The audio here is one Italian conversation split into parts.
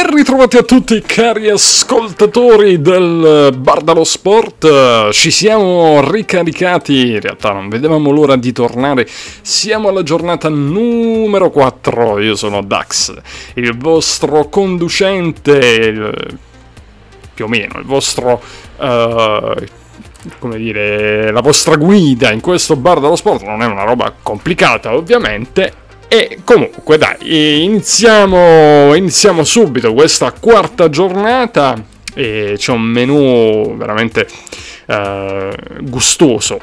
Ben ritrovati a tutti cari ascoltatori del Bar dello Sport, ci siamo ricaricati, in realtà non vedevamo l'ora di tornare, siamo alla giornata numero 4, io sono Dax, il vostro conducente, più o meno, il vostro, come dire, la vostra guida in questo Bar dello Sport, non è una roba complicata ovviamente. E comunque dai, iniziamo subito questa quarta giornata e c'è un menù veramente gustoso,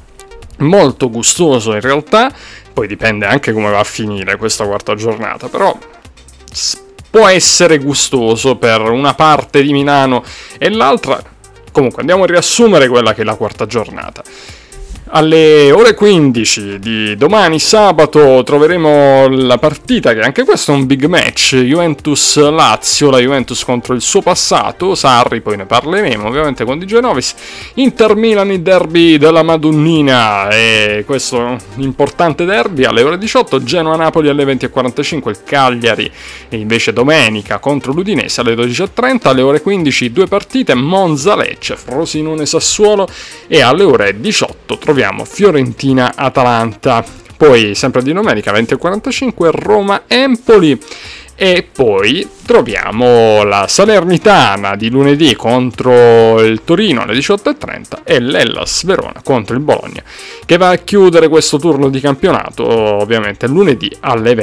molto gustoso in realtà, poi dipende anche come va a finire questa quarta giornata, però può essere gustoso per una parte di Milano e l'altra. Comunque andiamo a riassumere quella che è la quarta giornata. Alle ore 15 di domani sabato troveremo la partita, che anche questo è un big match, Juventus-Lazio, la Juventus contro il suo passato, Sarri, poi ne parleremo ovviamente con DJ Novis, Inter-Milan, il derby della Madonnina, e questo è un importante derby alle ore 18, Genoa-Napoli alle 20:45, il Cagliari invece domenica contro l'Udinese alle 12:30, alle ore 15 due partite, Monza-Lecce, Frosinone-Sassuolo e alle ore 18 troviamo Fiorentina-Atalanta, poi sempre di domenica 20:45 Roma-Empoli e poi troviamo la Salernitana di lunedì contro il Torino alle 18:30 e l'Hellas Verona contro il Bologna, che va a chiudere questo turno di campionato ovviamente lunedì alle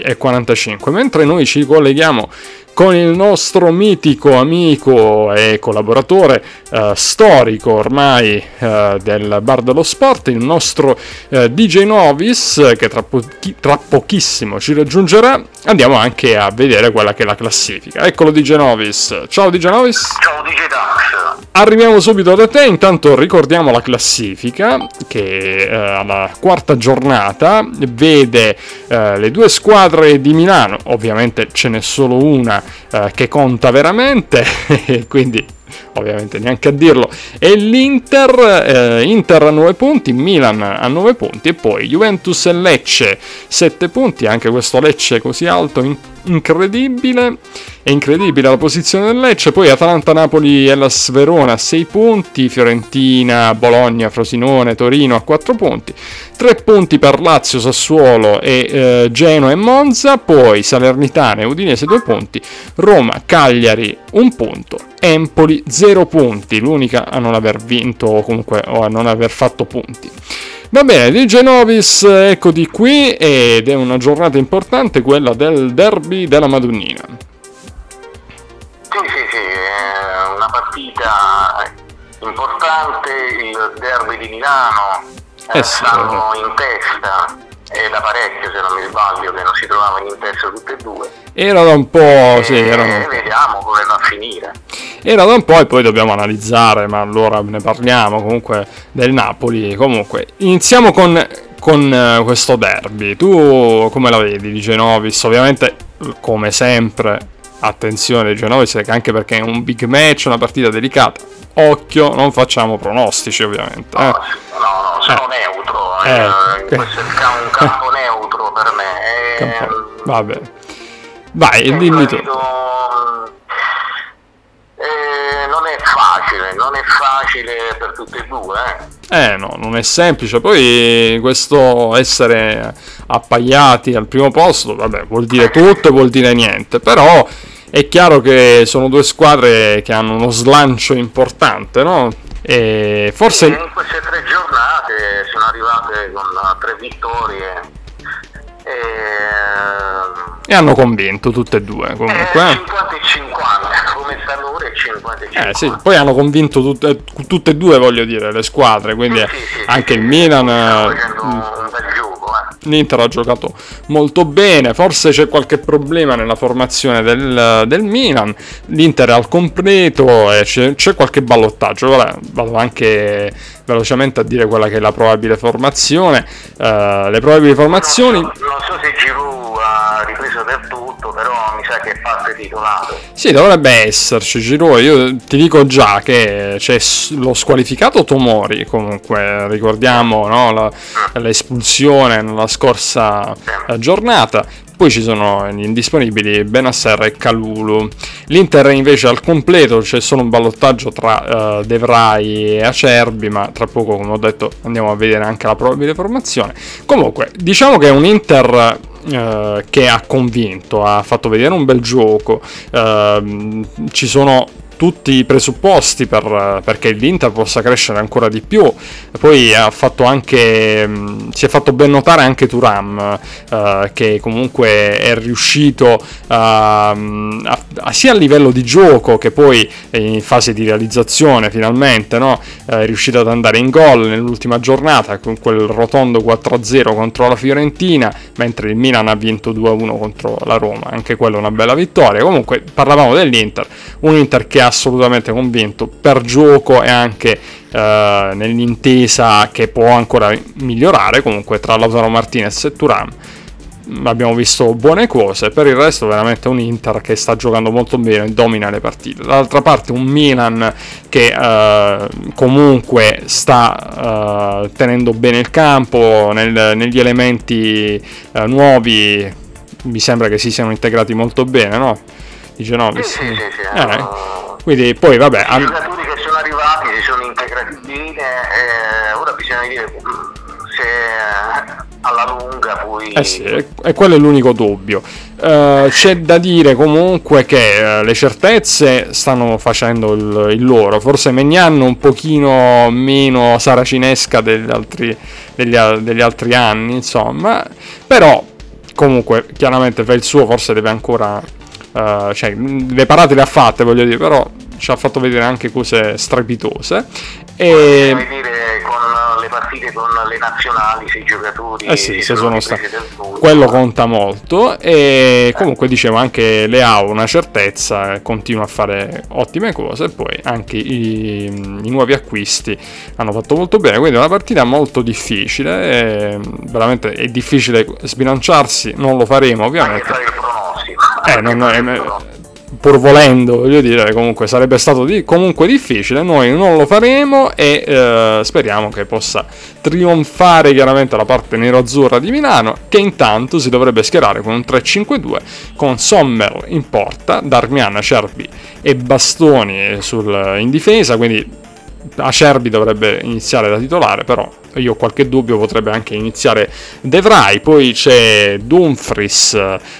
20:45, mentre noi ci colleghiamo con il nostro mitico amico e collaboratore storico ormai del Bar dello Sport, il nostro DJ Novis, che tra pochissimo ci raggiungerà. Andiamo anche a vedere quella che è la classifica. Eccolo DJ Novis. Ciao DJ Novis. Ciao DJ Dax. Arriviamo subito da te, intanto ricordiamo la classifica che alla quarta giornata vede le due squadre di Milano, ovviamente ce n'è solo una che conta veramente, quindi ovviamente neanche a dirlo, e l'Inter, Inter a 9 punti, Milan a 9 punti e poi Juventus e Lecce 7 punti, anche questo Lecce così alto, incredibile, è incredibile la posizione del Lecce, poi Atalanta, Napoli, Hellas Verona 6 punti, Fiorentina, Bologna, Frosinone, Torino a 4 punti, 3 punti per Lazio, Sassuolo e Genoa e Monza, poi Salernitana e Udinese 2 punti, Roma, Cagliari 1 punto, Empoli 0 punti, l'unica a non aver vinto o comunque o a non aver fatto punti. Va bene, DJ Novis, eccoti qui ed è una giornata importante, quella del derby della Madonnina. Sì, è una partita importante, il derby di Milano, stanno in testa, è da parecchio se non mi sbaglio che non si trovavano in testa tutte e due. Era da un po', sì, vediamo come va a finire. Era da un po' e poi dobbiamo analizzare, ma allora ne parliamo comunque del Napoli. Comunque, iniziamo con questo derby. Tu come la vedi di Genovis? Ovviamente, come sempre, attenzione di Genovis, anche perché è un big match, una partita delicata. Occhio, non facciamo pronostici ovviamente. No, sono neutro, questo è un campo neutro per me. Va bene. Vai, dimmi tu. Non è facile per tutte e due. No, non è semplice. Poi questo essere appaiati al primo posto, vabbè, vuol dire tutto e vuol dire niente. Però è chiaro che sono due squadre che hanno uno slancio importante, no? E forse in queste 3 giornate sono arrivate con 3 vittorie e hanno convinto tutte e due comunque. 50 e 50, come stanno ora, 50 e 50. Sì, poi hanno convinto tutte e due, voglio dire, le squadre, quindi anche il Milan, un bel gioco. L'Inter ha giocato molto bene, forse c'è qualche problema nella formazione del Milan, l'Inter è al completo e c'è qualche ballottaggio. Ora vado anche velocemente a dire quella che è la probabile formazione, le probabili formazioni. Non so se Giroud ha ripreso del tutto, però mi sa che è parte titolare. Sì, dovrebbe esserci Giroud. Io ti dico già che c'è lo squalificato Tomori, comunque ricordiamo, no, l'espulsione nella scorsa giornata. Poi ci sono gli indisponibili Benasser e Kalulu. L'Inter invece al completo c'è solo un ballottaggio tra De Vrij e Acerbi, ma tra poco, come ho detto, andiamo a vedere anche la probabile formazione. Comunque, diciamo che è un Inter che ha convinto, ha fatto vedere un bel gioco, ci sono tutti i presupposti perché l'Inter possa crescere ancora di più. Poi ha fatto anche, si è fatto ben notare anche Thuram, che comunque è riuscito sia a livello di gioco che poi in fase di realizzazione finalmente, no? È riuscito ad andare in gol nell'ultima giornata con quel rotondo 4-0 contro la Fiorentina, mentre il Milan ha vinto 2-1 contro la Roma, anche quella una bella vittoria. Comunque parlavamo dell'Inter, un Inter che ha assolutamente convinto per gioco e anche nell'intesa che può ancora migliorare comunque tra Lautaro Martinez e Thuram. Abbiamo visto buone cose, per il resto veramente un Inter che sta giocando molto bene e domina le partite. Dall'altra parte un Milan che comunque sta tenendo bene il campo, negli elementi nuovi mi sembra che si siano integrati molto bene, no? Di Genovis. Sì. Quindi poi vabbè, i giocatori che sono arrivati si sono integrati bene, ora bisogna vedere se alla lunga poi... sì, e quello è l'unico dubbio. C'è da dire comunque che le certezze stanno facendo il loro, forse Maignan un pochino meno saracinesca degli altri anni, insomma, però comunque chiaramente per il suo forse deve ancora... cioè le parate le ha fatte, voglio dire, però ci ha fatto vedere anche cose strepitose e vedere con le partite con le nazionali se i giocatori sì, se sono stati, quello conta molto. E comunque dicevo anche Leao una certezza, continua a fare ottime cose, e poi anche i nuovi acquisti hanno fatto molto bene, quindi è una partita molto difficile, veramente è difficile sbilanciarsi, non lo faremo ovviamente. Pur volendo, voglio dire, comunque sarebbe stato comunque difficile, noi non lo faremo e speriamo che possa trionfare chiaramente la parte nero-azzurra di Milano, che intanto si dovrebbe schierare con un 3-5-2 con Sommer in porta, Darmian, Acerbi e Bastoni in difesa, quindi Acerbi dovrebbe iniziare da titolare, però io ho qualche dubbio, potrebbe anche iniziare De Vrij. Poi c'è Dumfries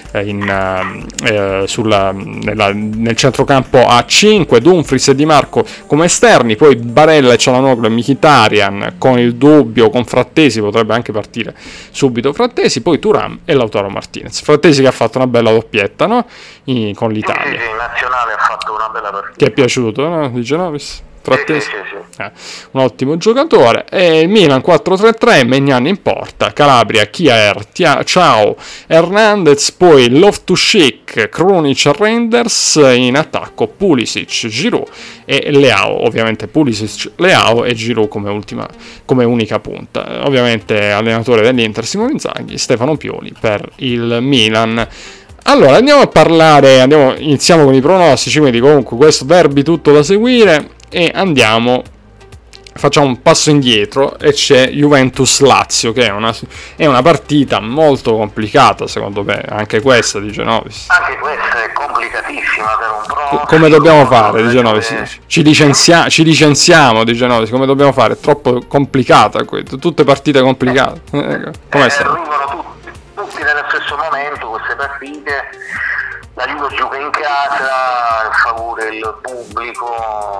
nel centrocampo a 5, Dumfries e Di Marco come esterni, poi Barella e Çalhanoğlu e Mkhitaryan con il dubbio, con Frattesi potrebbe anche partire subito Frattesi, poi Thuram e Lautaro Martinez. Frattesi che ha fatto una bella doppietta, no? Con l'Italia. Sì, in nazionale ha fatto una bella partita. Ti è piaciuto, no? Di Genovis? Sì. Un ottimo giocatore. E il Milan 4-3-3, Maignan in porta, Calabria, Kjaer, Ciao, Hernandez, poi Loftus-Cheek, Krunic, Reinders, in attacco Pulisic, Giroud e Leao, ovviamente Pulisic, Leao e Giroud come unica punta. Ovviamente allenatore dell'Inter Simone Inzaghi, Stefano Pioli per il Milan. Allora iniziamo con i pronostici, quindi comunque questo derby tutto da seguire e facciamo un passo indietro e c'è Juventus-Lazio, che è una partita molto complicata secondo me, anche questa di Genovis. Anche questa è complicatissima per un pronostico. Come dobbiamo fare di Genovis? Ci licenziamo di Genovis, come dobbiamo fare? È troppo complicata, tutte partite complicate. Come sta? Arrivano tutti nello stesso momento queste partite. La Juve gioca in casa, a favore del pubblico,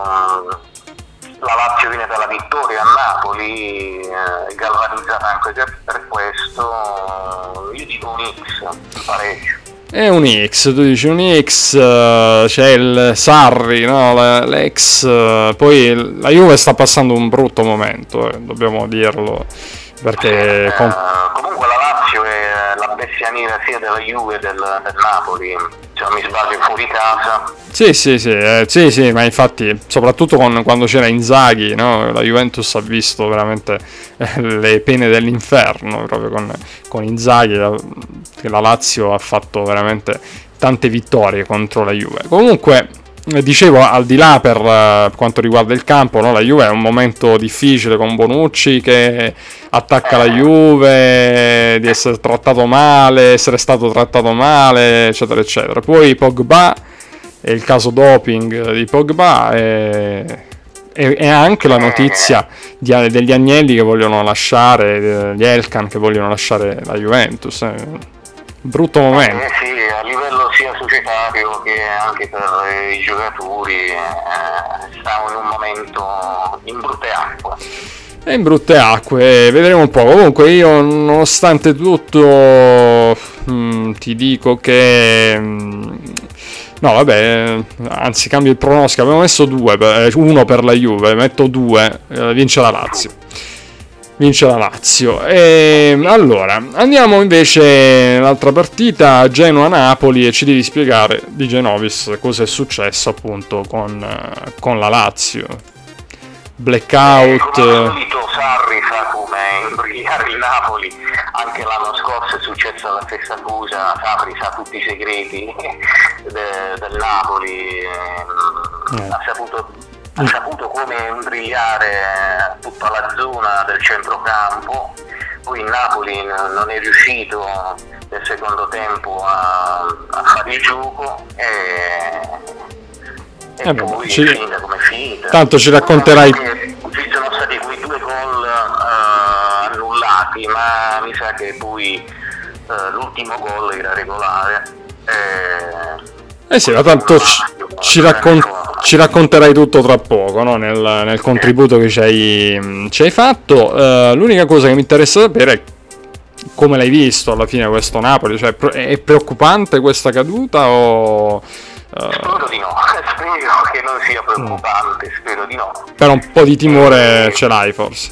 la Lazio viene per la vittoria a Napoli, galvanizzata anche per questo. Io dico un X, pareggio. È un X, tu dici un X, c'è il Sarri, no? L'ex, poi la Juve sta passando un brutto momento, dobbiamo dirlo, perché comunque la Lazio è la bestia nera sia della Juve che del Napoli, se non mi sbaglio fuori casa. Sì, ma infatti soprattutto quando c'era Inzaghi, no? La Juventus ha visto veramente le pene dell'inferno proprio con Inzaghi, che la Lazio ha fatto veramente tante vittorie contro la Juve. Comunque dicevo, al di là per quanto riguarda il campo, no? La Juve è un momento difficile con Bonucci che attacca la Juve, di essere stato trattato male, eccetera eccetera. Poi Pogba il caso doping di Pogba e anche la notizia degli Agnelli che vogliono lasciare, gli Elkan che vogliono lasciare la Juventus. Brutto momento. Sì, a livello sia societario che anche per i giocatori stiamo in un momento in brutte acque. E in brutte acque, vedremo un po'. Comunque io, nonostante tutto, ti dico che... no, vabbè, anzi cambio il pronostico. Abbiamo messo 2, 1 per la Juve, metto 2, vince la Lazio. Vince la Lazio. E allora andiamo invece all'altra partita, Genoa-Napoli, e ci devi spiegare di Genovis cosa è successo appunto con la Lazio. Blackout. Come al solito Sarri sa come imbrigliare il Napoli, anche l'anno scorso è successa la stessa cosa. Sarri sa tutti i segreti del Napoli, ha saputo come imbrigliare tutta la zona del centrocampo. Poi il Napoli non è riuscito nel secondo tempo a fare il gioco e poi è finita come è finita. Tanto ci racconterai. Ci sono stati quei 2 gol annullati, ma mi sa che poi l'ultimo gol era regolare. Sì, ma tanto ci racconterai tutto tra poco, no? Nel contributo che ci hai fatto. L'unica cosa che mi interessa sapere è come l'hai visto alla fine questo Napoli. Cioè, è preoccupante questa caduta o... Spero di no, spero che non sia preoccupante, spero di no. Però un po' di timore ce l'hai forse?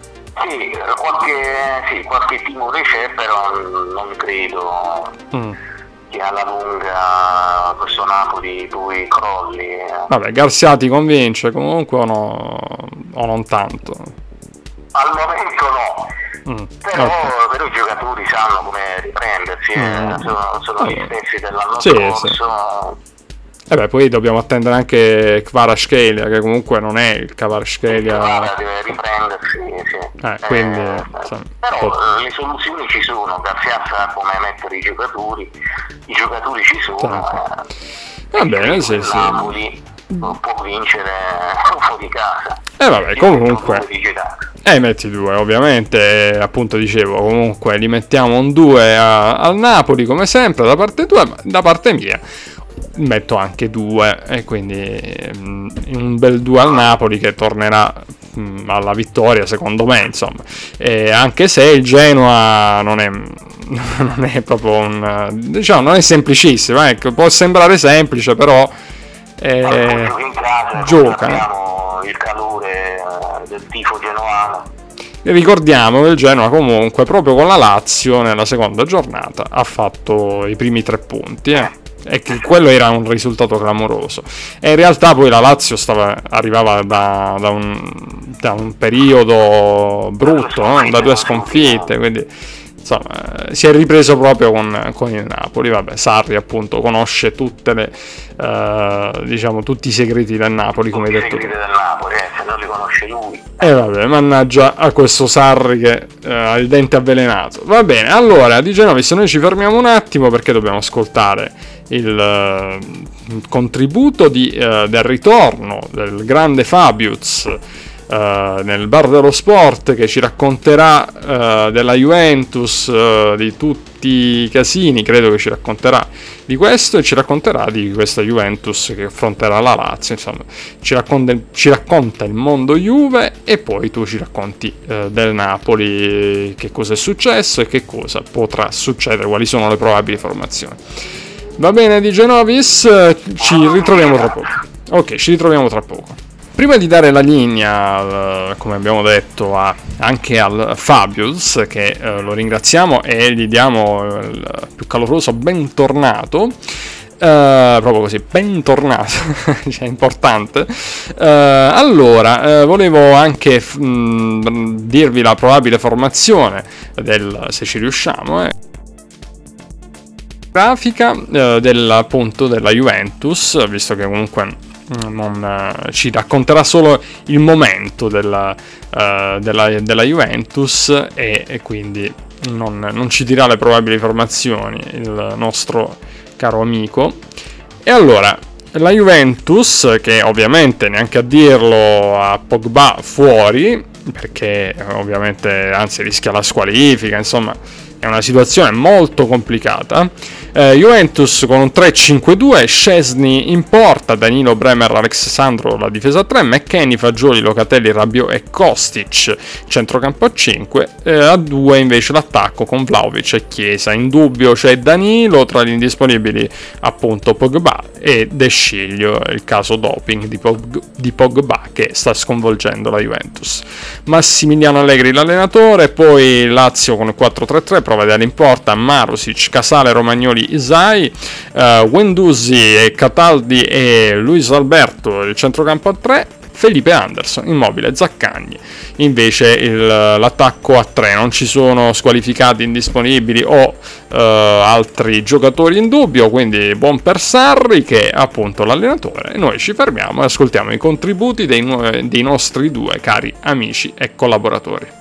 Sì, qualche timore c'è, però non credo che alla lunga questo Napoli poi crolli. Vabbè, Garcia ti convince comunque o non tanto? Al momento no. Però i giocatori sanno come riprendersi, sono gli stessi dell'anno scorso. Poi dobbiamo attendere anche Kvaratskhelia, che comunque non è il Kvaratskhelia. Deve riprendersi, sì. Quindi, però le soluzioni ci sono, Garcia sa come mettere i giocatori ci sono. Va bene, sì. Napoli può vincere fuori casa. Comunque. Metti 2, ovviamente, appunto dicevo, comunque li mettiamo un 2 al Napoli come sempre da parte tua, ma da parte mia metto anche 2 e quindi un bel 2 al Napoli che tornerà alla vittoria secondo me, insomma. Anche se il Genoa non è proprio non è semplicissimo, ecco, può sembrare semplice, però gioca. Il calore del tifo genoano. E ricordiamo che il Genoa comunque proprio con la Lazio nella seconda giornata ha fatto i primi 3 punti e che quello era un risultato clamoroso, e in realtà poi la Lazio arrivava da un periodo brutto, no? Da 2 sconfitte, quindi insomma si è ripreso proprio con il Napoli. Vabbè, Sarri appunto conosce tutte le tutti i segreti del Napoli, come hai detto tu. Del Napoli, se non li conosce lui. Vabbè, mannaggia a questo Sarri che ha il dente avvelenato. Va bene, allora di Genovis noi ci fermiamo un attimo perché dobbiamo ascoltare il contributo del ritorno del grande Fabius nel bar dello sport, che ci racconterà della Juventus, di tutti i casini, credo che ci racconterà di questo, e ci racconterà di questa Juventus che affronterà la Lazio. Insomma, ci racconta il mondo Juve, e poi tu ci racconti del Napoli, che cosa è successo e che cosa potrà succedere, quali sono le probabili formazioni. Va bene di Genovis, ci ritroviamo tra poco. Ok, ci ritroviamo tra poco. Prima di dare la linea, come abbiamo detto, anche al Fabius, che lo ringraziamo e gli diamo il più caloroso bentornato, proprio così, bentornato, cioè importante. Allora, volevo anche dirvi la probabile formazione se ci riusciamo, grafica appunto della Juventus, visto che comunque non ci racconterà solo il momento della Juventus e quindi non ci dirà le probabili formazioni il nostro caro amico. E allora La Juventus, che ovviamente neanche a dirlo ha Pogba fuori, perché ovviamente anzi rischia la squalifica, insomma è una situazione molto complicata. Juventus con un 3-5-2, Szczesny in porta, Danilo, Bremer, Alexandro la difesa 3, McKennie, Fagioli, Locatelli, Rabiot e Kostic centrocampo a 5, a 2 invece l'attacco con Vlahovic e Chiesa. In dubbio c'è Danilo, tra gli indisponibili appunto Pogba e De Sciglio, il caso doping di Pogba che sta sconvolgendo la Juventus. Massimiliano Allegri l'allenatore, poi Lazio con il 4-3-3, prova di dare in porta Marusic, Casale, Romagnoli, Isai, Guendouzi e Cataldi e Luis Alberto il centrocampo a 3, Felipe Anderson, Immobile, Zaccagni invece l'attacco a 3. Non ci sono squalificati indisponibili o altri giocatori in dubbio, quindi buon per Sarri che è appunto l'allenatore. E noi ci fermiamo e ascoltiamo i contributi dei nostri due cari amici e collaboratori.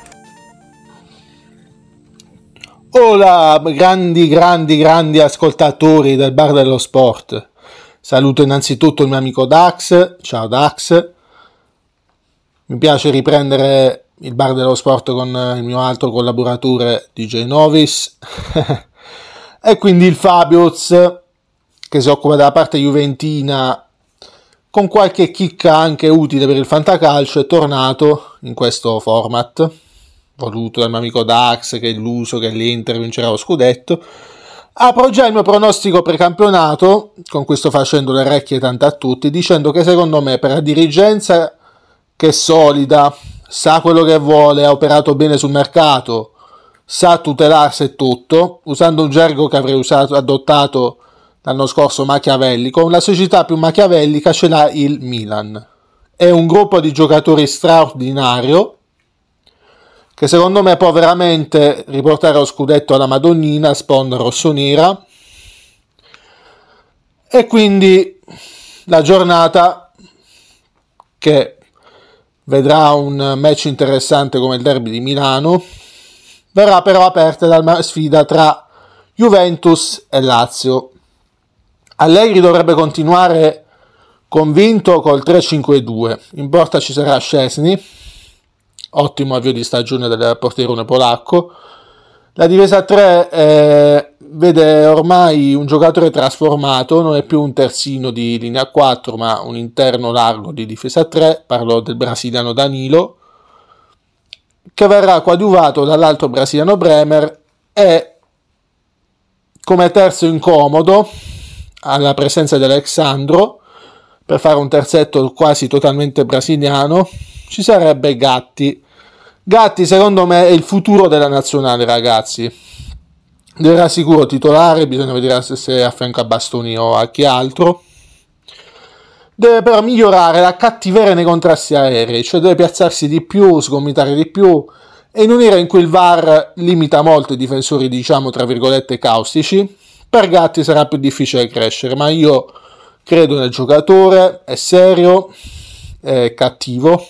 Hola, grandi ascoltatori del Bar dello Sport. Saluto innanzitutto il mio amico Dax. Ciao Dax. Mi piace riprendere il Bar dello Sport con il mio altro collaboratore DJ Novis. E quindi il Fabius, che si occupa della parte juventina, con qualche chicca anche utile per il fantacalcio, è tornato in questo format voluto dal mio amico Dax, che è illuso che l'Inter vincerà lo scudetto. Apro già il mio pronostico precampionato, con cui sto facendo le orecchie tante a tutti, dicendo che secondo me per la dirigenza, che è solida, sa quello che vuole, ha operato bene sul mercato, sa tutelarsi e tutto, usando un gergo che avrei adottato l'anno scorso machiavellico, una società più machiavellica ce l'ha il Milan. È un gruppo di giocatori straordinario, che secondo me può veramente riportare lo scudetto alla Madonnina, sponda rossonera. E quindi la giornata, che vedrà un match interessante come il derby di Milano, verrà però aperta dalla sfida tra Juventus e Lazio. Allegri dovrebbe continuare convinto col 3-5-2. In porta ci sarà Szczesny, ottimo avvio di stagione del portierone polacco. La difesa 3 vede ormai un giocatore trasformato, non è più un terzino di linea 4 ma un interno largo di difesa 3, parlo del brasiliano Danilo, che verrà coadiuvato dall'altro brasiliano Bremer, e come terzo incomodo, alla presenza di Alexandro, per fare un terzetto quasi totalmente brasiliano, ci sarebbe Gatti. Gatti secondo me è il futuro della nazionale, ragazzi. Verrà sicuro titolare, bisogna vedere se affianca a Bastoni o a chi altro. Deve però migliorare la cattiveria nei contrasti aerei, cioè deve piazzarsi di più, sgomitare di più, e in un'era in cui il VAR limita molto i difensori, diciamo tra virgolette caustici, per Gatti sarà più difficile crescere, ma io credo nel giocatore, è serio, è cattivo,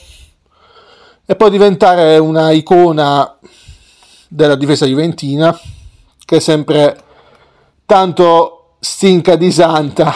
e può diventare una icona della difesa juventina, che è sempre tanto stinca di santa.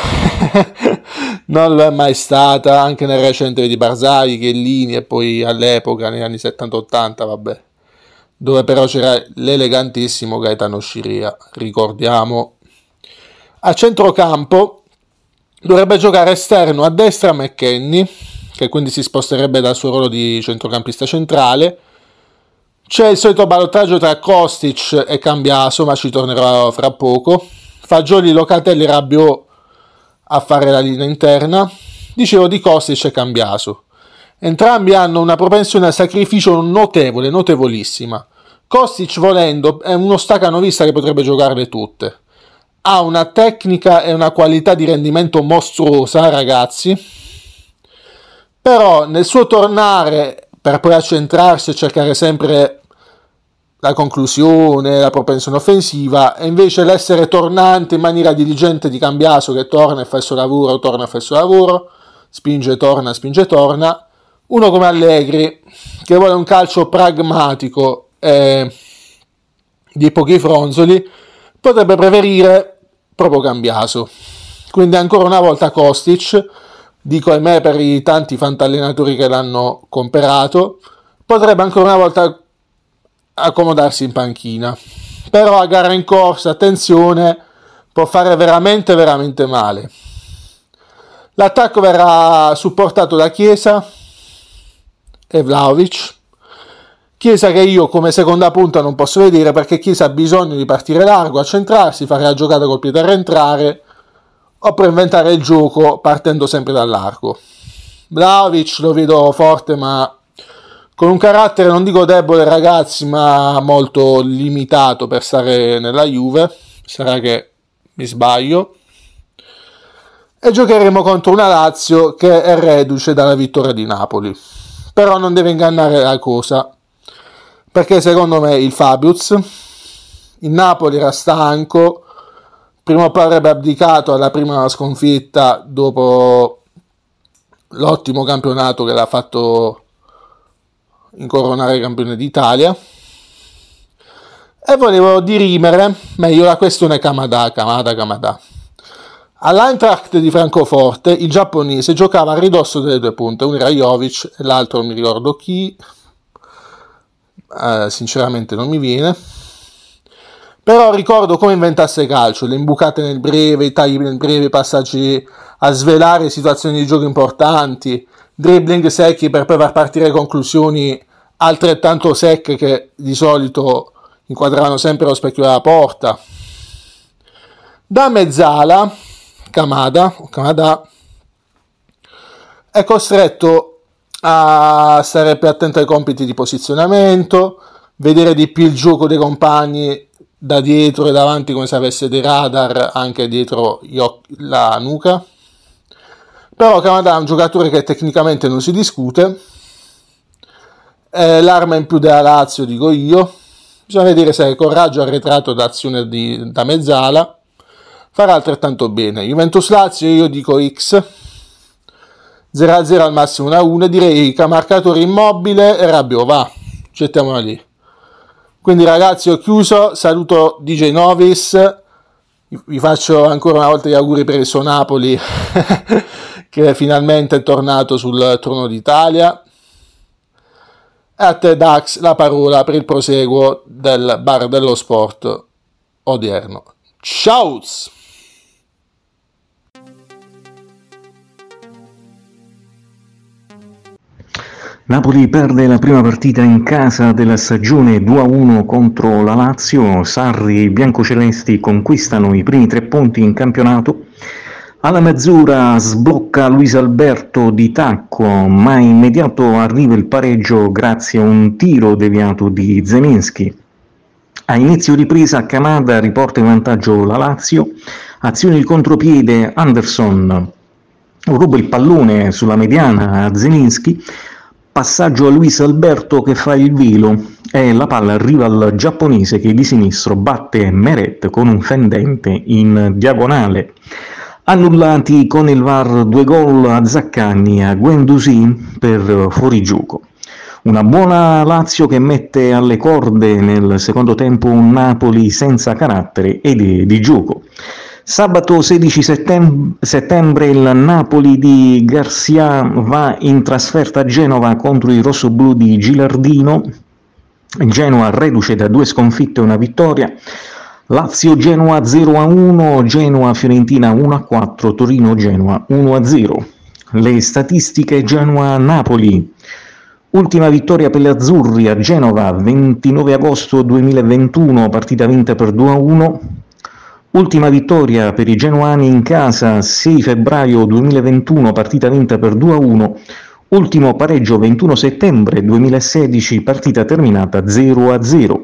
Non lo è mai stata, anche nel recente di Barzagli, Chiellini, e poi all'epoca negli anni 70-80, vabbè, dove però c'era l'elegantissimo Gaetano Sciria, ricordiamo. A centrocampo dovrebbe giocare esterno a destra McKennie, che quindi si sposterebbe dal suo ruolo di centrocampista centrale. C'è il solito ballottaggio tra Kostic e Cambiaso, ma ci tornerò fra poco. Fagioli, Locatelli, Rabiot a fare la linea interna. Dicevo di Kostic e Cambiaso. Entrambi hanno una propensione al sacrificio notevole, notevolissima. Kostic, volendo, è uno stacanovista che potrebbe giocarle tutte. Ha una tecnica e una qualità di rendimento mostruosa, ragazzi. Però nel suo tornare, per poi accentrarsi e cercare sempre la conclusione, la propensione offensiva, e invece l'essere tornante in maniera diligente di Cambiaso, che torna e fa il suo lavoro, torna e fa il suo lavoro, spinge, torna, uno come Allegri, che vuole un calcio pragmatico e di pochi fronzoli, potrebbe preferire proprio Cambiaso, Quindi ancora una volta Kostic, dico ahimè per i tanti fantallenatori che l'hanno comprato, potrebbe ancora una volta accomodarsi in panchina. Però a gara in corsa, attenzione, può fare veramente veramente male. L'attacco verrà supportato da Chiesa e Vlahovic. Chiesa che io come seconda punta non posso vedere, perché Chiesa ha bisogno di partire largo, accentrarsi, fare la giocata col piede a rientrare o per inventare il gioco partendo sempre dal largo. Vlahovic lo vedo forte, ma con un carattere non dico debole, ragazzi, ma molto limitato per stare nella Juve. Sarà che mi sbaglio. E giocheremo contro una Lazio che è reduce dalla vittoria di Napoli. Però non deve ingannare la cosa, perché secondo me il Fabius in Napoli era stanco, prima o poi avrebbe abdicato alla prima sconfitta dopo l'ottimo campionato che l'ha fatto incoronare campione d'Italia, e volevo dirimere meglio la questione Kamada. All'Eintracht di Francoforte il giapponese giocava a ridosso delle due punte, uno era Jovic e l'altro non mi ricordo chi, sinceramente non mi viene, però ricordo come inventasse calcio, le imbucate nel breve, i tagli nel breve, i passaggi a svelare situazioni di gioco importanti, dribbling secchi per poi far partire conclusioni altrettanto secche che di solito inquadravano sempre lo specchio della porta. Da mezzala Kamada è costretto a stare più attento ai compiti di posizionamento, vedere di più il gioco dei compagni da dietro e davanti, come se avesse dei radar anche dietro la nuca. Però Kamada è un giocatore che tecnicamente non si discute, è l'arma in più della Lazio, dico io. Bisogna vedere se il coraggio arretrato d'azione da mezzala farà altrettanto bene. Juventus-Lazio io dico X, 0-0 al massimo 1-1, direi che marcatore Immobile e Rabiot, va, gettiamola lì. Quindi ragazzi, ho chiuso, saluto DJ Novis, vi faccio ancora una volta gli auguri per il suo Napoli che finalmente è tornato sul trono d'Italia, e a te Dax la parola per il proseguo del bar dello sport odierno. Ciao! Napoli perde la prima partita in casa della stagione 2-1 contro la Lazio. Sarri e i biancocelesti conquistano i primi 3 punti in campionato. Alla mezz'ora sblocca Luis Alberto di tacco, ma immediato arriva il pareggio grazie a un tiro deviato di Zelinski. A inizio ripresa Kamada riporta in vantaggio la Lazio. Azione di contropiede, Anderson ruba il pallone sulla mediana a Zelinski. Passaggio a Luis Alberto che fa il velo e la palla arriva al giapponese che di sinistro batte Meret con un fendente in diagonale. Annullati con il VAR 2 gol a Zaccagni e a Guendouzi per fuorigioco. Una buona Lazio che mette alle corde nel secondo tempo un Napoli senza carattere e di gioco. Sabato 16 settembre il Napoli di Garcia va in trasferta a Genova contro i rossoblù di Gilardino. Genoa reduce da 2 sconfitte e una vittoria. Lazio-Genoa 0-1, Genoa-Fiorentina 1-4, Torino-Genoa 1-0. Le statistiche Genoa-Napoli. Ultima vittoria per gli azzurri a Genova, 29 agosto 2021, partita vinta per 2-1. Ultima vittoria per i genoani in casa, 6 febbraio 2021, partita vinta per 2-1. Ultimo pareggio 21 settembre 2016, partita terminata 0-0.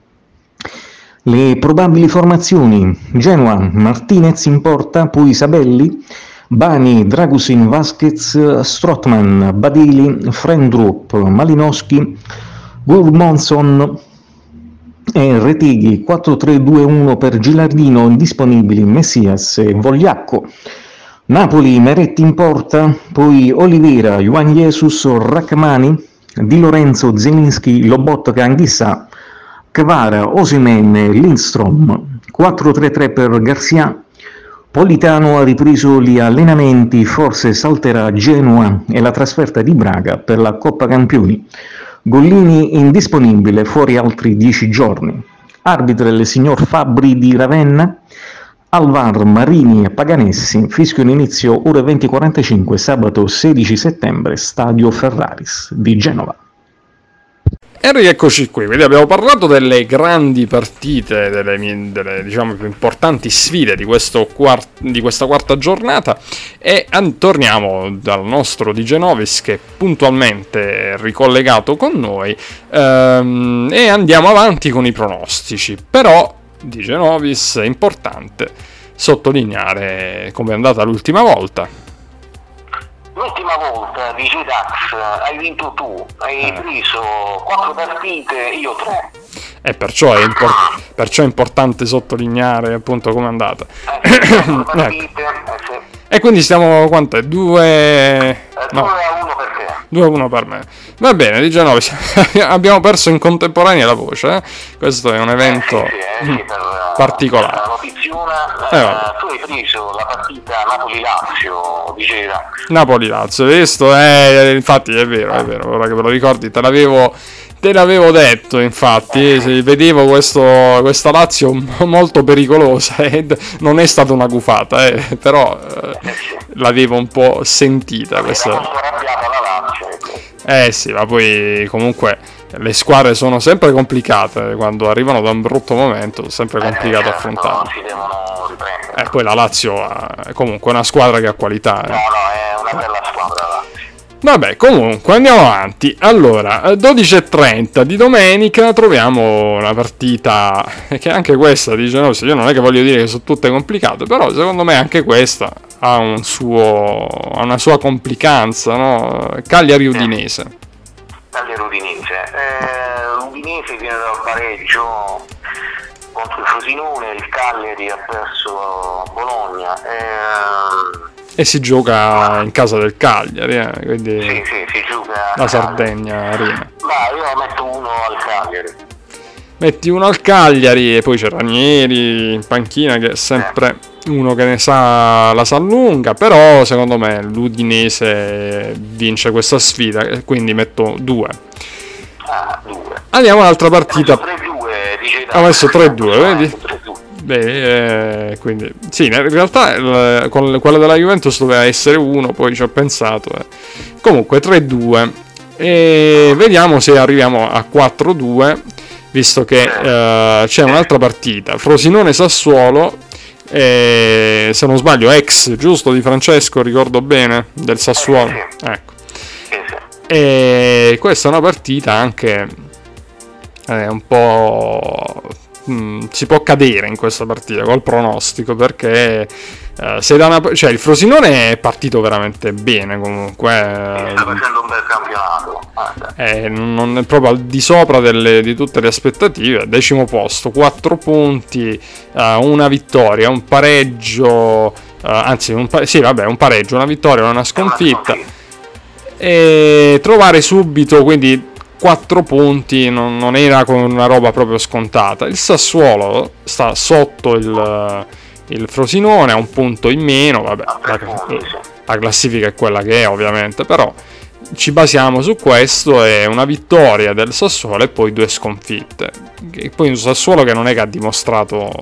Le probabili formazioni: Genoa, Martinez in porta, poi Sabelli, Bani, Dragusin, Vasquez, Strootman, Badili, Frendrup, Malinowski, Gudmundsson e Reteghi. 4-3-2-1 per Gilardino, disponibili Messias e Vogliacco. Napoli, Meretti in porta, poi Oliveira, Juan Jesus, Rachmani, Di Lorenzo, Zelinski, Lobotka, Anghissà, Kvara, Osimhen, Lindstrom. 4-3-3 per Garcia, Politano ha ripreso gli allenamenti, forse salterà Genoa e la trasferta di Braga per la Coppa Campioni. Gollini indisponibile, fuori altri 10 giorni. Arbitro il signor Fabbri di Ravenna. Al VAR Marini e Paganessi, fischio in inizio ore 20:45, sabato 16 settembre, Stadio Ferraris di Genova. E rieccoci qui, quindi abbiamo parlato delle grandi partite, delle diciamo più importanti sfide di questa quarta giornata, e torniamo dal nostro DJ Novis che puntualmente è ricollegato con noi, e andiamo avanti con i pronostici. Però DJ Novis, è importante sottolineare come è andata l'ultima volta. L'ultima volta, dice Dax, hai vinto tu, hai preso 4 partite, io 3. E perciò è importante sottolineare appunto come è andata. 4 partite, sì. E quindi stiamo, quanto è? 2-1 per te. 2-1 per me. Va bene, 19. Abbiamo perso in contemporanea la voce, eh? Questo è un evento particolare. La notiziona, tu hai preso la partita Napoli-Lazio, diceva. Napoli-Lazio, visto? Infatti è vero, ora che ve lo ricordi, te l'avevo detto, infatti, vedevo questa Lazio molto pericolosa, non è stata una gufata, però l'avevo un po' sentita questa. Molto arrabbiata la Lazio. Sì, ma poi comunque le squadre sono sempre complicate, quando arrivano da un brutto momento è sempre complicato affrontarle. Non si devono riprendere. Poi la Lazio è comunque una squadra che ha qualità. No, è una bella squadra la Lazio. Vabbè, comunque andiamo avanti. Allora, 12:30 di domenica troviamo una partita che anche questa, dice, no, io non è che voglio dire che sono tutte complicate, però secondo me anche questa ha una sua complicanza, no? Cagliari-Udinese. Cagliari-Udinese. L'Udinese viene dal pareggio contro il Frosinone, il Cagliari ha perso a Bologna. E si gioca in casa del Cagliari, quindi sì, si gioca la Sardegna Arena. Ma io metto 1 al Cagliari. Metti 1 al Cagliari e poi c'è Ranieri in panchina che è sempre uno che ne sa lunga, però secondo me l'Udinese vince questa sfida, quindi metto 2. 2. Andiamo all'altra partita. 3-2, dice Ha messo 3-2, vedi? 3-2. Beh, quindi sì, in realtà con quella della Juventus doveva essere 1, poi ci ho pensato. Comunque 3-2 e vediamo se arriviamo a 4-2, visto che c'è un'altra partita, Frosinone-Sassuolo, se non sbaglio ex, giusto, di Francesco, ricordo bene, del Sassuolo. Ecco. E questa è una partita anche un po'... si può cadere in questa partita col pronostico, perché il Frosinone è partito veramente bene comunque, sta facendo un bel campionato, non è proprio al di sopra di tutte le aspettative. 10° posto, 4 punti, una vittoria, un pareggio, un pareggio, una vittoria, una sconfitta, e trovare subito quindi 4 punti non era con una roba proprio scontata. Il Sassuolo sta sotto il Frosinone, ha un punto in meno, vabbè, la classifica è quella che è ovviamente, però ci basiamo su questo, è una vittoria del Sassuolo e poi 2 sconfitte, e poi un Sassuolo che non è che ha dimostrato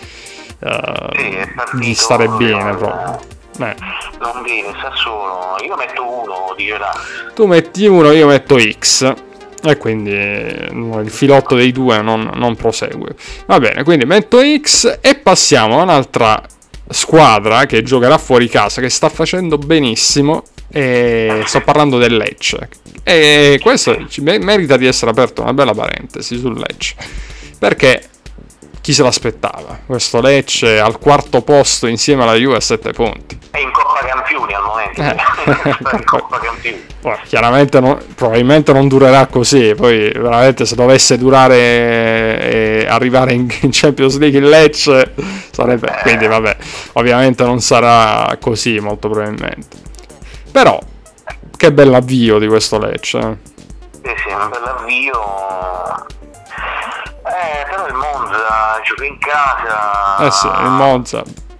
di stare bene proprio. Non bene Sassuolo, io metto 1, dirà. Tu metti 1, io metto X, e quindi il filotto dei due non prosegue. Va bene, quindi metto X e passiamo a un'altra squadra che giocherà fuori casa, che sta facendo benissimo, e sto parlando del Lecce, e questo merita di essere aperta una bella parentesi sul Lecce, perché chi se l'aspettava? Questo Lecce al 4° posto insieme alla Juve a 7 punti. È in Coppa Campioni al momento. In Coppa Campioni. Chiaramente probabilmente non durerà così. Poi veramente se dovesse durare e arrivare in Champions League il Lecce sarebbe. Quindi vabbè, ovviamente non sarà così molto probabilmente. Però che bell'avvio di questo Lecce. Sì, un bell'avvio. Però il Monza gioca in casa. Sì, il Monza.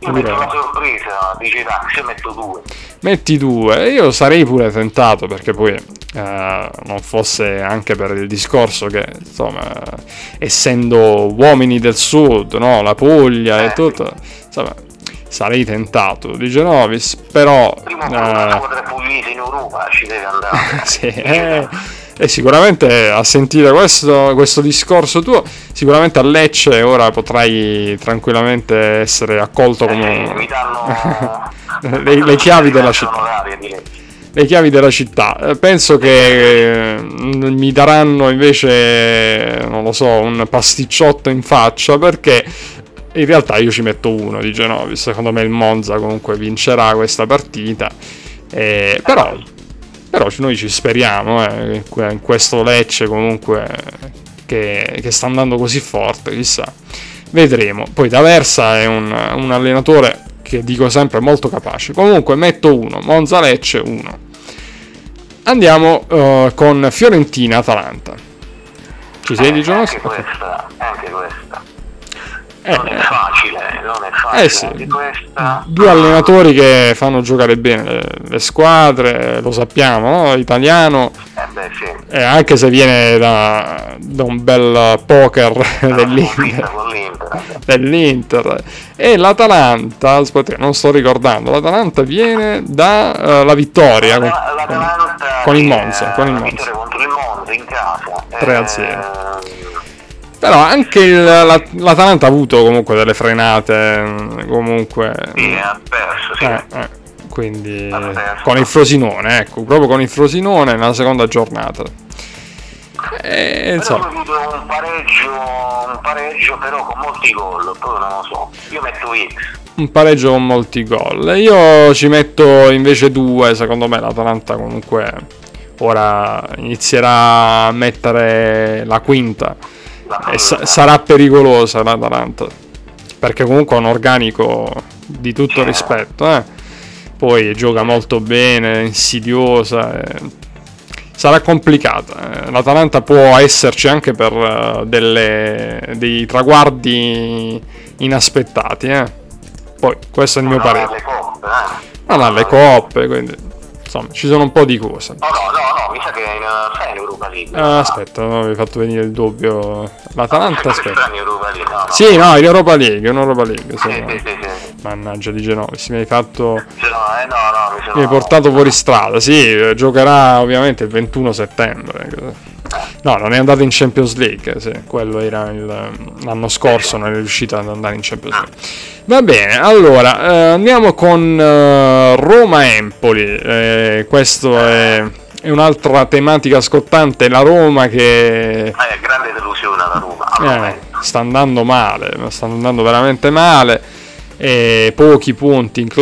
Io metto la sorpresa, dice Dax, io metto 2. Metti 2, io sarei pure tentato, perché poi non fosse anche per il discorso che, insomma, essendo uomini del sud, no, la Puglia e tutto, insomma, sarei tentato di Genovis, però prima una squadra pugliese in Europa ci deve andare. sì, e sicuramente a sentire questo discorso tuo, sicuramente a Lecce ora potrai tranquillamente essere accolto come mi danno le chiavi della città. Le chiavi della città. Penso che mi daranno invece, non lo so, un pasticciotto in faccia, perché in realtà io ci metto 1 di Genovis. Secondo me il Monza comunque vincerà questa partita, però noi ci speriamo in questo Lecce comunque che sta andando così forte, chissà, vedremo. Poi D'Aversa è un allenatore che dico sempre molto capace. Comunque metto 1, Monza Lecce 1. Andiamo con Fiorentina-Atalanta. Ci sei di Genovis? Anche questa. Non è facile sì. Anche questa. Due allenatori che fanno giocare bene le squadre, lo sappiamo, no? Italiano, Sì. Anche se viene da un bel poker dell'Inter. E l'Atalanta, aspetta, non sto ricordando, l'Atalanta viene da la vittoria con il Monza. La vittoria contro il Monza in casa 3-0. Però anche l'Atalanta ha avuto comunque delle frenate, comunque. Sì, ha perso, sì. Quindi con il Frosinone, ecco, proprio con il Frosinone nella seconda giornata. Però ho avuto un pareggio però con molti gol, poi non lo so. Io metto X. Un pareggio con molti gol. Io ci metto invece 2, secondo me l'Atalanta comunque ora inizierà a mettere la quinta. E sarà pericolosa l'Atalanta, perché comunque ha un organico di tutto rispetto, poi gioca molto bene, insidiosa, sarà complicata. L'Atalanta può esserci anche per dei traguardi inaspettati, poi questo è il mio parere. Non alle coppe, quindi insomma ci sono un po' di cose. No, mi sa che sei in Europa League. Aspetta, no, mi hai fatto venire il dubbio. L'Atalanta, aspetta. In Europa League, no. Sì, no, in Europa League. Sì. Mannaggia di Genovis, mi hai fatto. Mi mi hai portato fuori strada. Sì, giocherà ovviamente il 21 settembre. No, non è andato in Champions League, sì, quello era l'anno scorso, non è riuscito ad andare in Champions League. Va bene, allora andiamo con Roma-Empoli. Questo è un'altra tematica scottante, la Roma che grande delusione la Roma. Sta andando veramente male. Pochi punti in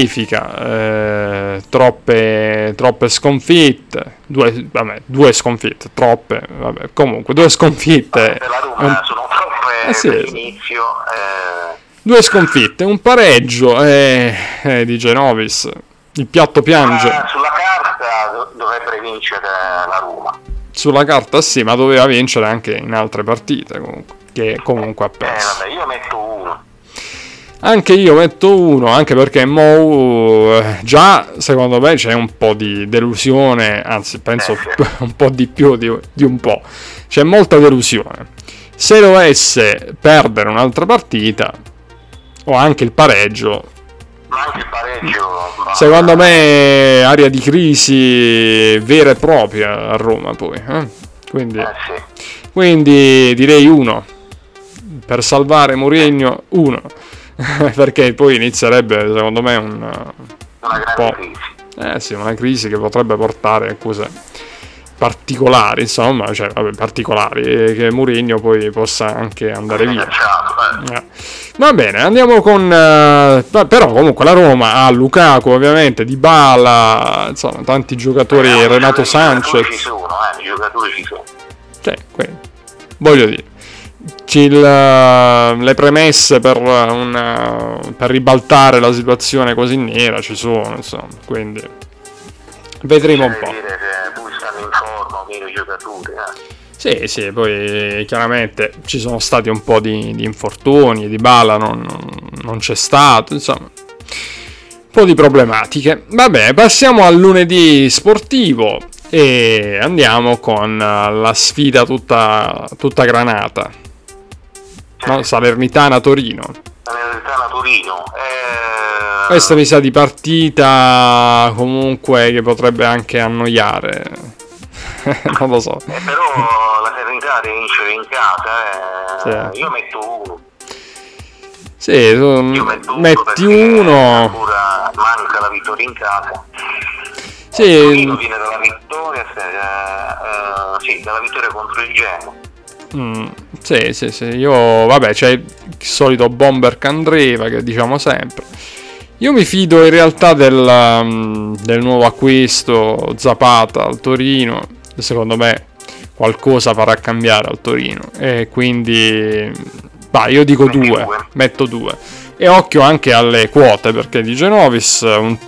classifica, troppe sconfitte, due sconfitte, troppe, comunque 2 sconfitte. La Roma sono troppe all'inizio. 2 sconfitte, un pareggio di Genovis, il piatto piange. Sulla carta dovrebbe vincere la Roma. Sulla carta sì, ma doveva vincere anche in altre partite comunque, che comunque ha perso. Io metto 1. Anche io metto 1, anche perché già secondo me c'è un po' di delusione, anzi penso un po' di più di un po'. C'è molta delusione. Se dovesse perdere un'altra partita o anche il pareggio, secondo me area di crisi vera e propria a Roma poi. Quindi direi 1 per salvare Mourinho, 1. Perché poi inizierebbe secondo me una crisi che potrebbe portare a cose particolari, insomma, particolari, che Mourinho poi possa anche andare via. Va bene, andiamo con però comunque la Roma ha Lukaku, ovviamente, Dybala, insomma tanti giocatori, Renato Sanchez. I giocatori ci sono. Quindi, voglio dire, le premesse per ribaltare la situazione così nera ci sono, insomma, quindi vedremo un po'. Dire che poi stanno in forma meno i giocatori. Sì, poi chiaramente ci sono stati un po' di infortuni, Dybala non c'è stato, insomma, un po' di problematiche. Vabbè, passiamo al lunedì sportivo e andiamo con la sfida tutta granata, no? Salernitana-Torino. Salernitana-Torino. Questa mi sa di partita comunque che potrebbe anche annoiare. Non lo so. Però la Salernitana deve vincere in casa, Io metto uno. Sì, tu metti uno. Ancora manca la vittoria in casa. Sì. Torino viene dalla vittoria, dalla vittoria contro il Genoa. Sì. Io, vabbè, c'è il solito bomber Candreva che diciamo sempre. Io mi fido in realtà del nuovo acquisto Zapata al Torino. Secondo me qualcosa farà cambiare al Torino e quindi io dico metto 2 e occhio anche alle quote, perché di Genovis un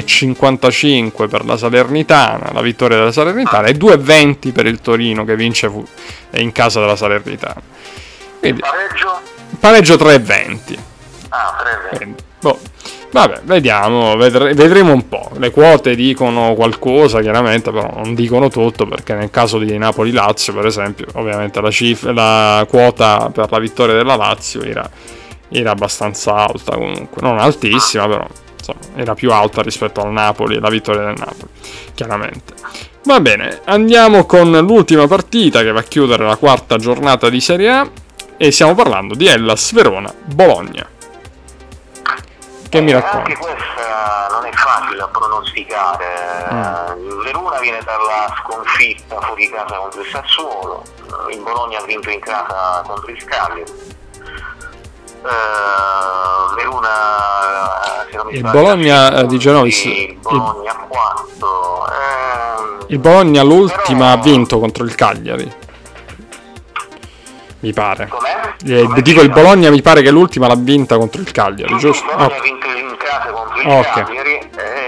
3,55 per la Salernitana, la vittoria della Salernitana, e 2,20 per il Torino che vince in casa della Salernitana. Quindi, pareggio 3,20. 3,20. Vabbè, vediamo, vedremo un po'. Le quote dicono qualcosa, chiaramente, però non dicono tutto, perché nel caso di Napoli-Lazio, per esempio, ovviamente la quota per la vittoria della Lazio era abbastanza alta comunque, non altissima, però insomma, era più alta rispetto al Napoli, la vittoria del Napoli, chiaramente. Va bene, andiamo con l'ultima partita che va a chiudere la quarta giornata di Serie A e stiamo parlando di Hellas Verona-Bologna. Che mi racconti? Anche questa non è facile da pronosticare. Il Verona viene dalla sconfitta fuori casa contro il Sassuolo, il Bologna ha vinto in casa contro il Cagliari. Verona, se non mi il sbaglio, Bologna di Genovis. Il Bologna 4. Il Bologna l'ultima ha vinto contro il Cagliari. Mi pare. Dico, il Bologna mi pare che l'ultima l'ha vinta contro il Cagliari, giusto? Il Bologna ha vinto in casa contro il Cagliari.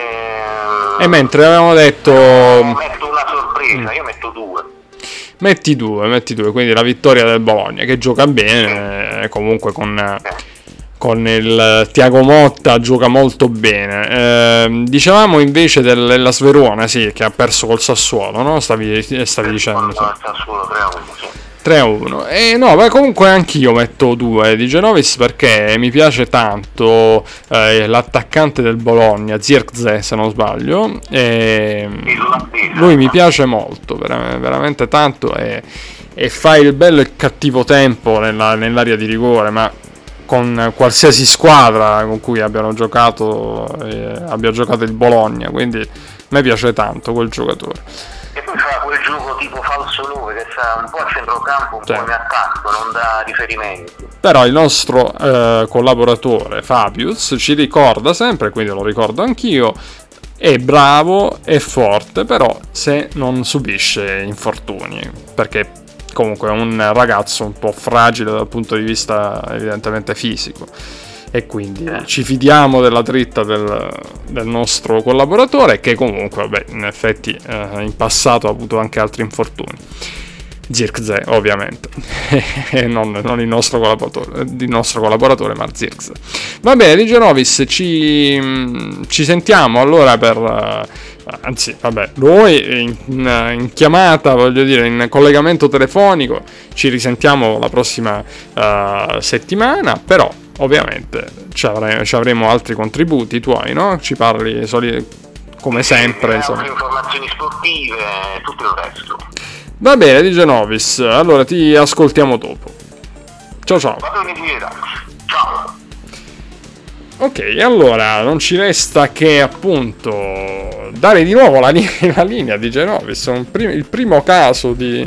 E mentre avevamo detto... metto una sorpresa, io metto 2. Metti due, quindi la vittoria del Bologna, che gioca bene, comunque con il Thiago Motta gioca molto bene. Dicevamo invece della Verona, sì, che ha perso col Sassuolo, no? Stavi dicendo. Sassuolo 3-1, sì. 3-1. E no, ma comunque anch'io metto 2 di Genovis, perché mi piace tanto l'attaccante del Bologna, Zirkzee se non sbaglio, lui mi piace molto, veramente tanto, e fa il bello e cattivo tempo nell'area di rigore, ma con qualsiasi squadra con cui abbia giocato il Bologna, quindi a me piace tanto quel giocatore. E poi fa quel gioco tipo falso 9 che sta un po' a centrocampo, un po' in attacco, non dà riferimenti. Però il nostro collaboratore Fabius ci ricorda sempre, quindi lo ricordo anch'io, è bravo, è forte, però se non subisce infortuni, perché comunque è un ragazzo un po' fragile dal punto di vista evidentemente fisico. E quindi ci fidiamo della dritta del nostro collaboratore, che comunque, vabbè, in effetti in passato ha avuto anche altri infortuni. Zirkzee, ovviamente, e non il nostro collaboratore, ma Zirkzee. Va bene, di Genovis ci sentiamo allora anzi, vabbè, noi in chiamata, voglio dire, in collegamento telefonico, ci risentiamo la prossima settimana, però ovviamente ci avremo altri contributi tuoi, no? Ci parli come sempre, insomma. Informazioni sportive e tutto il resto. Va bene, di Genovis, allora ti ascoltiamo dopo. Ciao. Va bene, ciao. Ok, allora non ci resta che appunto dare di nuovo la linea di Genovis, il primo caso di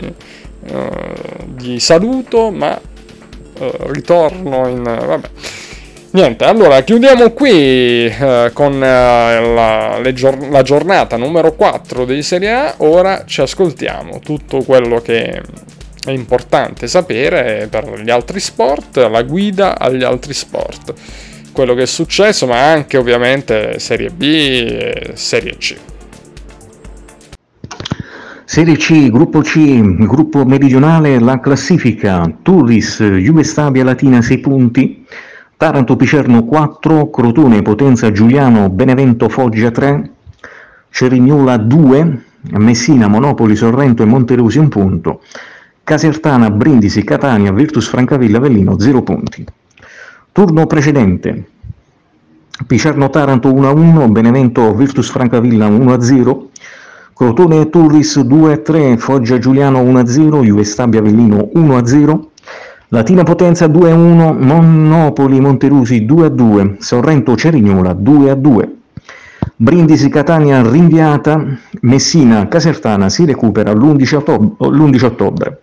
saluto, ma ritorno vabbè. Niente, allora chiudiamo qui con la giornata numero 4 di Serie A. Ora ci ascoltiamo tutto quello che è importante sapere per gli altri sport, la guida agli altri sport, quello che è successo, ma anche ovviamente Serie B e Serie C. Serie C, gruppo C, gruppo meridionale, la classifica: Turris, Juve Stabia Latina 6 punti, Taranto Picerno 4, Crotone Potenza Giuliano Benevento Foggia 3, Cerignola 2, Messina Monopoli Sorrento e Monterosi 1 punto, Casertana Brindisi Catania Virtus Francavilla Avellino 0 punti. Turno precedente: Picerno Taranto 1-1, Benevento Virtus Francavilla 1-0, Crotone Turris 2-3, Foggia Giuliano 1-0, Juve Stabia Avellino 1-0, Latina Potenza 2-1, Monopoli Monterusi 2-2, Sorrento Cerignola 2-2, Brindisi Catania rinviata, Messina Casertana si recupera l'11 ottobre.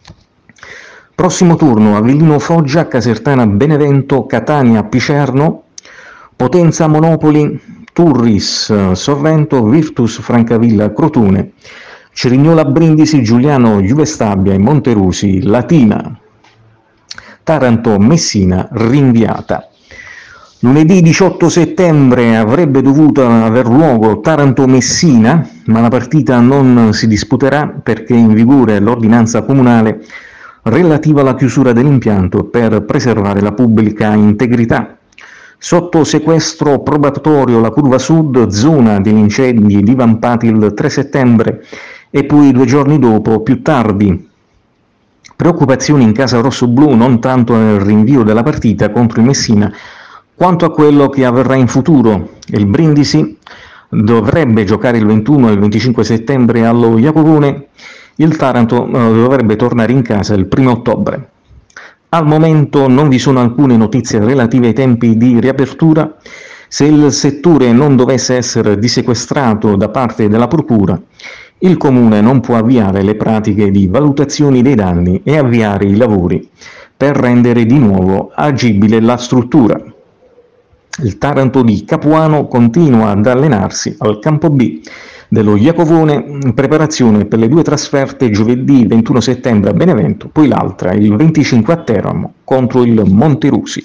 Prossimo turno: Avellino Foggia, Casertana Benevento, Catania Picerno, Potenza Monopoli, Turris Sorrento, Virtus Francavilla Crotone, Cerignola Brindisi, Giuliano Juve Stabia e Monterusi Latina, Taranto Messina rinviata. Lunedì 18 settembre avrebbe dovuto aver luogo Taranto-Messina, ma la partita non si disputerà perché è in vigore l'ordinanza comunale relativa alla chiusura dell'impianto per preservare la pubblica integrità. Sotto sequestro probatorio la curva sud, zona degli incendi divampati il 3 settembre e poi 2 giorni dopo, più tardi. Preoccupazioni in casa rossoblu non tanto nel rinvio della partita contro il Messina, quanto a quello che avverrà in futuro. Il Brindisi dovrebbe giocare il 21 e il 25 settembre allo Jacopone, il Taranto dovrebbe tornare in casa il 1 ottobre. Al momento non vi sono alcune notizie relative ai tempi di riapertura. Se il settore non dovesse essere dissequestrato da parte della Procura, il Comune non può avviare le pratiche di valutazioni dei danni e avviare i lavori per rendere di nuovo agibile la struttura. Il Taranto di Capuano continua ad allenarsi al campo B dello Jacopone in preparazione per le 2 trasferte giovedì 21 settembre a Benevento, poi l'altra il 25 a Teramo contro il Monterusi.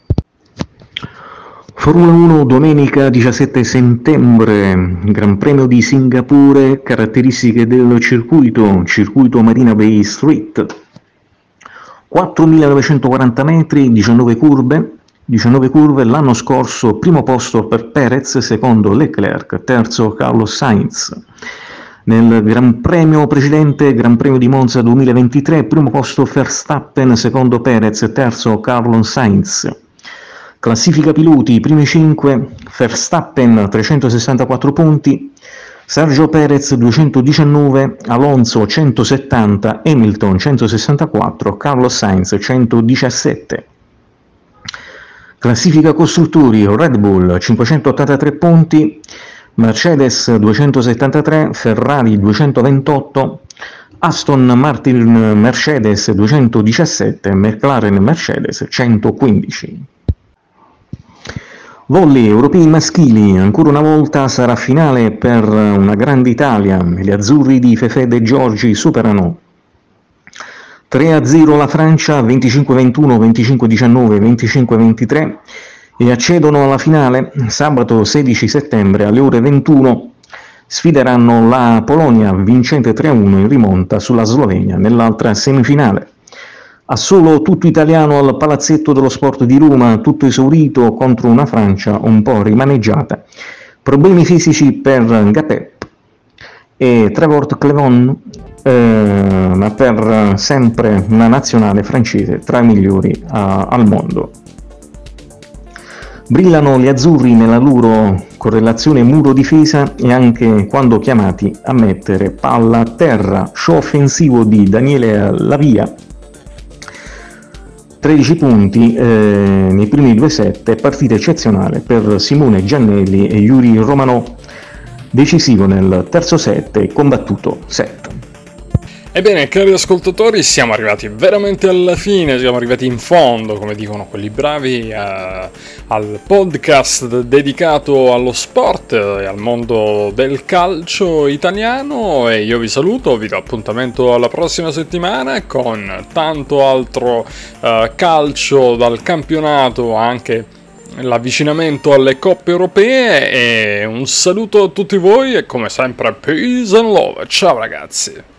Formula 1 domenica 17 settembre, Gran Premio di Singapore, caratteristiche del circuito Marina Bay Street, 4.940 metri, 19 curve, l'anno scorso primo posto per Perez, secondo Leclerc, terzo Carlos Sainz. Nel Gran Premio precedente, Gran Premio di Monza 2023, primo posto Verstappen, secondo Perez, terzo Carlos Sainz. Classifica piloti, primi 5, Verstappen 364 punti, Sergio Perez 219, Alonso 170, Hamilton 164, Carlos Sainz 117. Classifica costruttori, Red Bull 583 punti, Mercedes 273, Ferrari 228, Aston Martin Mercedes 217, McLaren Mercedes 115. Volley europei maschili, ancora una volta sarà finale per una grande Italia, gli azzurri di Fefè De Giorgi superano 3-0 la Francia, 25-21, 25-19, 25-23 e accedono alla finale. Sabato 16 settembre alle ore 21 sfideranno la Polonia, vincente 3-1 in rimonta sulla Slovenia nell'altra semifinale. Assolo tutto italiano al Palazzetto dello Sport di Roma, tutto esaurito contro una Francia un po' rimaneggiata. Problemi fisici per Gapep e Trevor Clevon, ma per sempre una nazionale francese tra i migliori al mondo. Brillano gli azzurri nella loro correlazione muro-difesa e anche quando chiamati a mettere palla a terra. Show offensivo di Daniele Lavia, 13 punti nei primi 2 set, partita eccezionale per Simone Giannelli e Yuri Romanò, decisivo nel terzo set e combattuto set. Ebbene, cari ascoltatori, siamo arrivati veramente alla fine, siamo arrivati in fondo, come dicono quelli bravi, al podcast dedicato allo sport e al mondo del calcio italiano, e io vi saluto, vi do appuntamento alla prossima settimana con tanto altro calcio dal campionato, anche l'avvicinamento alle coppe europee, e un saluto a tutti voi e come sempre peace and love, ciao ragazzi.